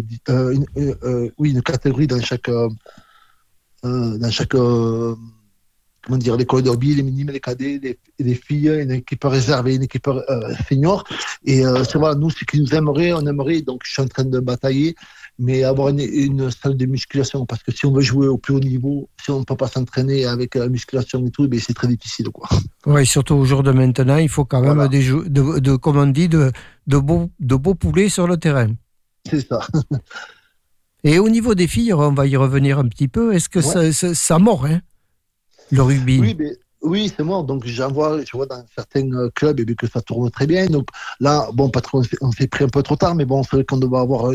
l'école de rugby, les minimes, les cadets, les filles, une équipe réserve et une équipe senior. Et c'est voilà, nous, ce qui nous aimerait, donc je suis en train de batailler, mais avoir une salle de musculation, parce que si on veut jouer au plus haut niveau, si on ne peut pas s'entraîner avec la musculation et tout, c'est très difficile, quoi. Oui, surtout au jour de maintenant, il faut quand même comme on dit, de beaux poulets sur le terrain. C'est ça. Et au niveau des filles, on va y revenir un petit peu. Est-ce que ça mord, le rugby ? Oui, c'est moi. Donc, je vois dans certains clubs et bien que ça tourne très bien. Donc, là, bon, pas trop, on s'est pris un peu trop tard, mais bon, c'est vrai qu'on doit avoir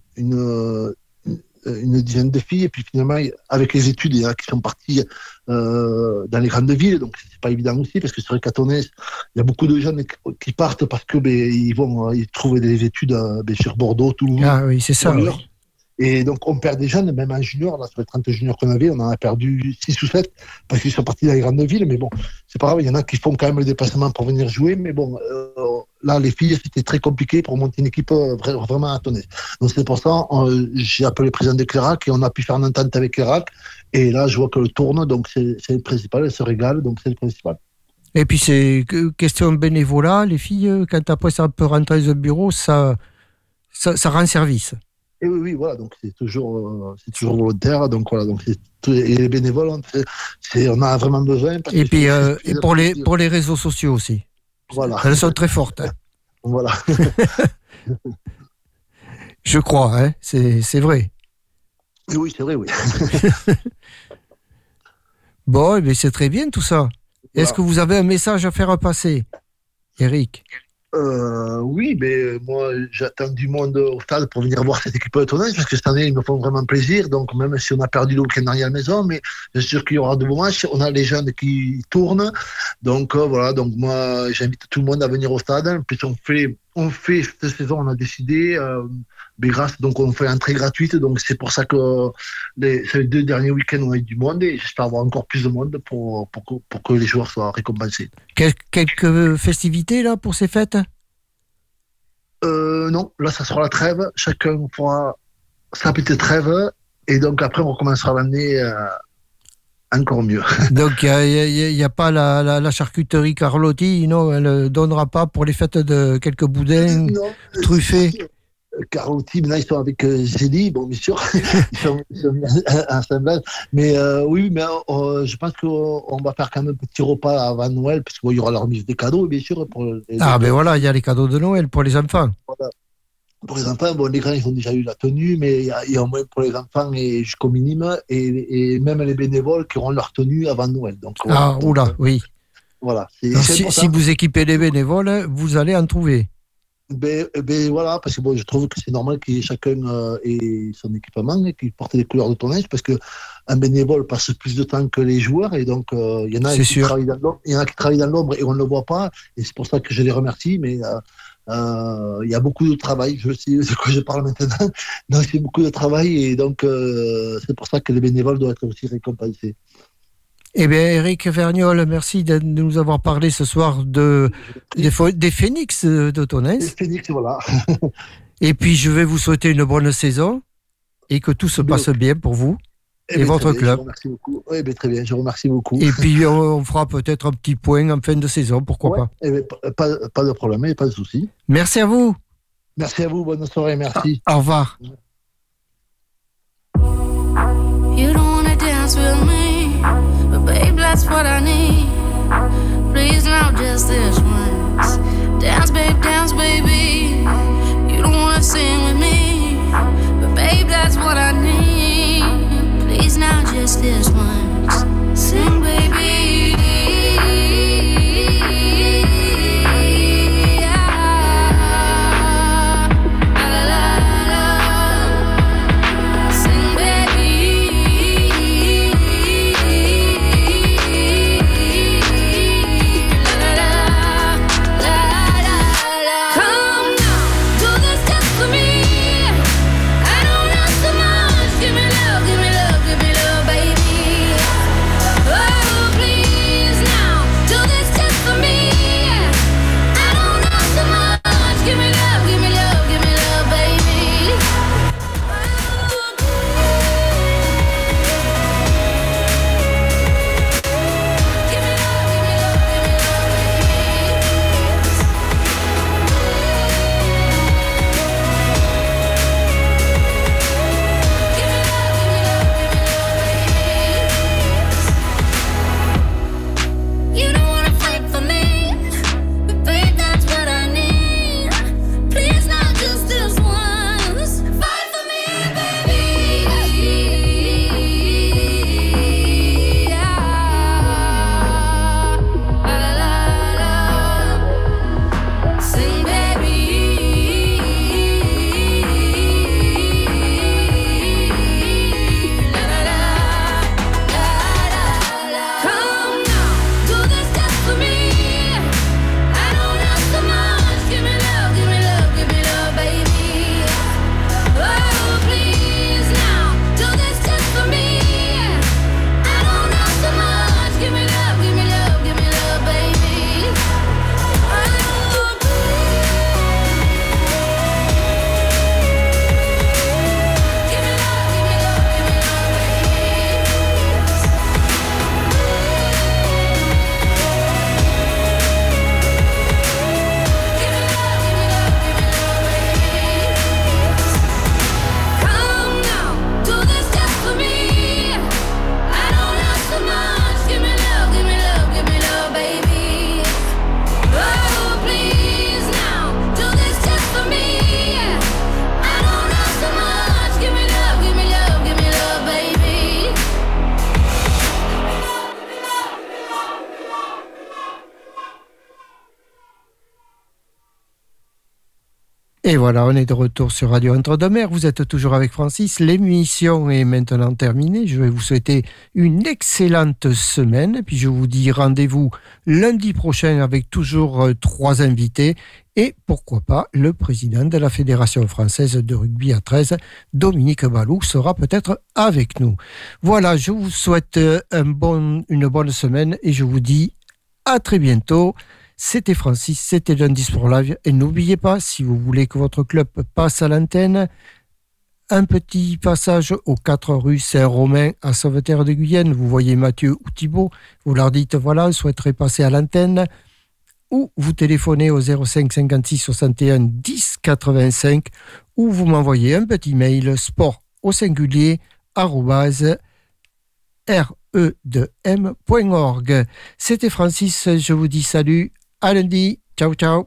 une dizaine de filles. Et puis, finalement, avec les études, il y en a qui sont partis dans les grandes villes. Donc, c'est pas évident aussi, parce que c'est vrai qu'à Tonnes, il y a beaucoup de jeunes qui partent parce que ils trouvent des études sur Bordeaux, Toulouse. Ah oui, c'est ça. Oui. Et donc, on perd des jeunes, même en junior. Là, sur les 30 juniors qu'on avait, on en a perdu 6 ou 7 parce qu'ils sont partis dans les grandes villes. Mais bon, c'est pas grave, il y en a qui font quand même le déplacement pour venir jouer. Mais bon, là, les filles, c'était très compliqué pour monter une équipe vraiment à Tonnes. Donc, c'est pour ça j'ai appelé le président de Clérac et on a pu faire une entente avec Clérac. Et là, je vois que le tourne, donc c'est le principal. Elle se régale, donc c'est le principal. Et puis, c'est question bénévolat. Les filles, quand après ça peut rentrer dans le bureau, ça rend service. Et oui, voilà, donc c'est toujours volontaire, donc voilà, donc et les bénévoles, on a vraiment besoin. Et puis et pour les réseaux sociaux aussi. Voilà. Elles sont très fortes. Hein. Voilà. Je crois, hein, c'est vrai. Et oui, c'est vrai, oui. Bon, mais c'est très bien tout ça. Voilà. Est-ce que vous avez un message à faire passer, Eric? Oui, mais moi j'attends du monde au stade pour venir voir cette équipe de Tonnes parce que cette année ils me font vraiment plaisir. Donc même si on a perdu le week-end dernier à la maison, mais bien sûr qu'il y aura de bons matchs. On a les jeunes qui tournent. Donc voilà, donc moi j'invite tout le monde à venir au stade. Puis on fait cette saison, on a décidé, mais donc on fait l'entrée gratuite. Donc c'est pour ça que les 2 derniers week-ends on a eu du monde et j'espère avoir encore plus de monde pour que les joueurs soient récompensés. Quelques festivités là pour ces fêtes? Non, là ça sera la trêve. Chacun fera sa petite trêve et donc après on recommencera l'année encore mieux. Donc il y a pas la charcuterie Carlotti, non, elle ne donnera pas pour les fêtes de quelques boudins truffés. Carlotti, maintenant ils sont avec Zélie, bon bien sûr, ils sont assemblage. Mais oui, mais je pense qu'on va faire quand même un petit repas avant Noël, parce qu'il y aura la remise des cadeaux, bien sûr. Ben voilà, il y a les cadeaux de Noël pour les enfants. Voilà. Pour les enfants, bon, les grands, ils ont déjà eu la tenue, mais il y a au moins pour les enfants et jusqu'au minimum, et même les bénévoles qui auront leur tenue avant Noël. Donc, voilà, oui. Voilà. Si vous équipez les bénévoles, vous allez en trouver. Ben voilà, parce que bon, je trouve que c'est normal que chacun ait son équipement et qu'il porte les couleurs de Tonnes, parce qu'un bénévole passe plus de temps que les joueurs, et donc il y en a qui travaillent dans l'ombre, et on ne le voit pas, et c'est pour ça que je les remercie, mais il y a beaucoup de travail, je sais de quoi je parle maintenant, donc c'est beaucoup de travail, et donc c'est pour ça que les bénévoles doivent être aussi récompensés. Eh bien, Eric Vergnol, merci de nous avoir parlé ce soir des Phoenix de Tonnes. Les Phoenix, voilà. Et puis, je vais vous souhaiter une bonne saison et que tout se passe bien pour vous et votre club. Je remercie beaucoup. Oui, très bien, je remercie beaucoup. Et puis, on fera peut-être un petit point en fin de saison, pourquoi pas. Pas de problème, pas de souci. Merci à vous. Merci à vous, bonne soirée, merci. Au revoir. You don't wanna dance with me, but babe, that's what I need. Please now, just this once. Dance, baby. You don't wanna sing with me, but babe, that's what I need. Please now, just this once. Sing, baby. Et voilà, on est de retour sur Radio Entre-deux-Mers. Vous êtes toujours avec Francis. L'émission est maintenant terminée. Je vais vous souhaiter une excellente semaine. Et puis je vous dis rendez-vous lundi prochain avec toujours 3 invités. Et pourquoi pas, le président de la Fédération française de rugby à 13, Dominique Balou, sera peut-être avec nous. Voilà, je vous souhaite une bonne semaine et je vous dis à très bientôt. C'était Francis, c'était Lundi Sport Live. Et n'oubliez pas, si vous voulez que votre club passe à l'antenne, un petit passage aux 4 rue Saint-Romain à Sauveterre de Guyenne. Vous voyez Mathieu ou Thibault, vous leur dites voilà, je souhaiterais passer à l'antenne. Ou vous téléphonez au 05 56 61 10 85 ou vous m'envoyez un petit mail sport au singulier @re2m.org. C'était Francis, je vous dis salut. À lundi. Ciao, ciao.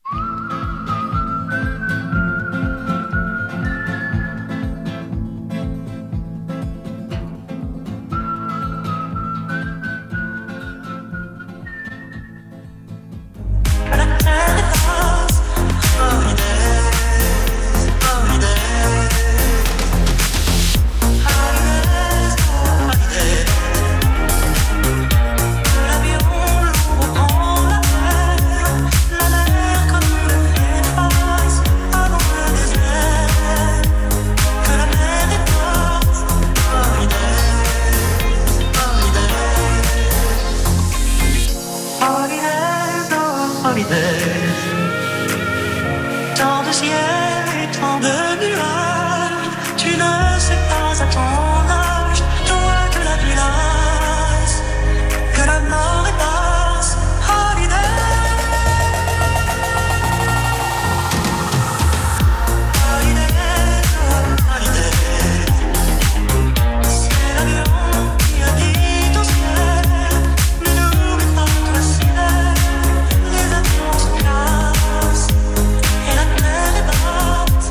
Tant de ciel et tant de nuages, tu ne sais pas à ton âge, toi que la vie lasse, que la mort est basse, c'est l'avion qui a dit au ciel, ne n'oublie pas toi ciel, les avions se cassent. Et la terre est basse,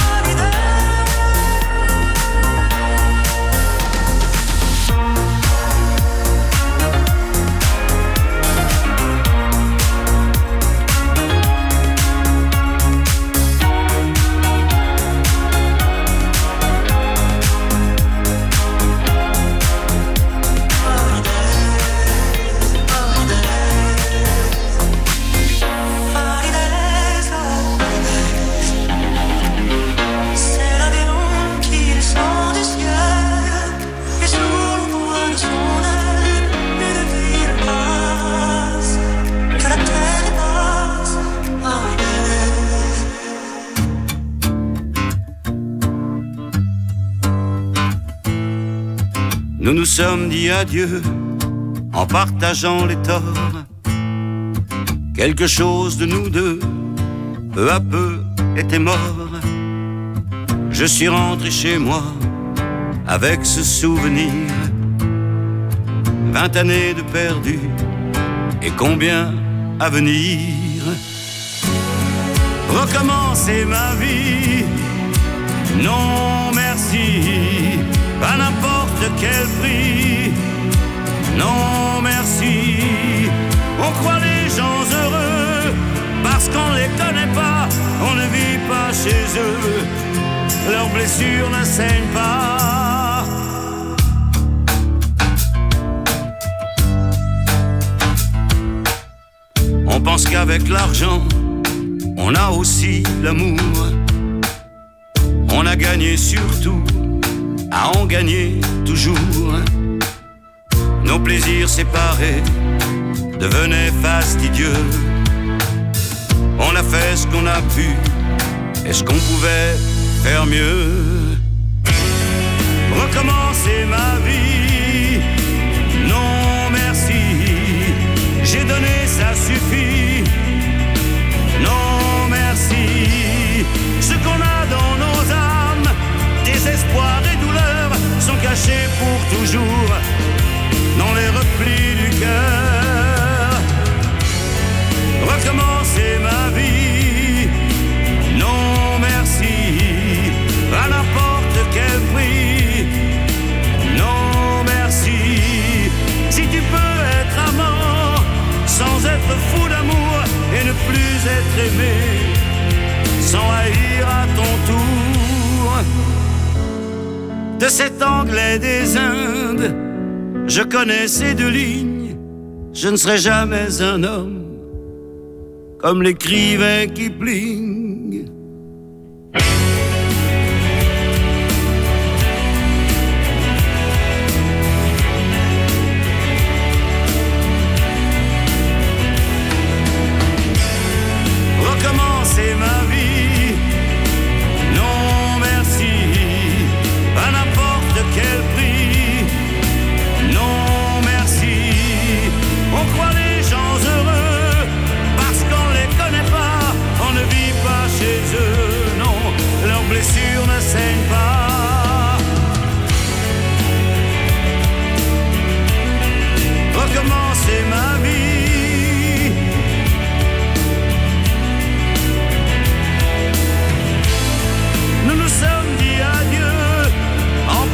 c'est l'avion qui descend du ciel, et sous le poids de son aile, une ville passe, que la terre est basse, Nous nous sommes dit adieu en partageant les torts. Quelque chose de nous deux, peu à peu, était mort. Je suis rentré chez moi avec ce souvenir. 20 années de perdu et combien à venir. Recommencer ma vie, non merci, à n'importe quel prix. Non merci, on croit les gens heureux parce qu'on les connaît pas, on ne vit pas chez eux, leurs blessures ne saignent pas. On pense qu'avec l'argent, on a aussi l'amour. On a gagné surtout à en gagner toujours. Nos plaisirs séparés devenaient fastidieux. On a fait ce qu'on a pu, est-ce qu'on pouvait faire mieux? Recommencer ma vie, non merci, j'ai donné, ça suffit. Non merci, ce qu'on a dans nos âmes, désespoir et douleur, sont cachés pour toujours dans les replis du cœur. Recommencer ma vie, non merci, à n'importe quel prix. Non merci, si tu peux être amant sans être fou d'amour et ne plus être aimé, sans haïr cet Anglais des Indes. Je connais ces deux lignes, je ne serai jamais un homme comme l'écrivain Kipling.